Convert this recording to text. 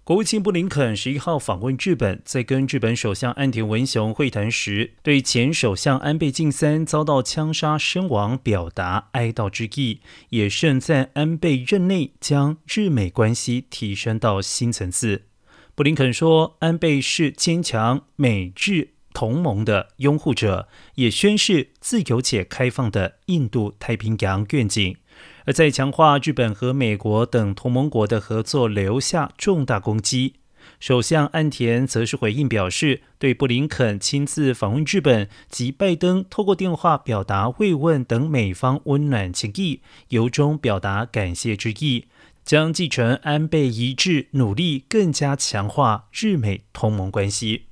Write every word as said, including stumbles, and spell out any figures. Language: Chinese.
国务卿布林肯十一号访问日本，在跟日本首相岸田文雄会谈时，对前首相安倍晋三遭到枪杀身亡表达哀悼之意，也盛赞安倍任内将日美关系提升到新层次。布林肯说，安倍是坚强美日同盟的拥护者，也宣示自由且开放的印度太平洋愿景。而在强化日本和美国等同盟国的合作留下重大功绩。首相岸田则是回应表示，对布林肯亲自访问日本及拜登透过电话表达慰问等美方温暖情谊，由衷表达感谢之意，将继承安倍遗志，努力更加强化日美同盟关系。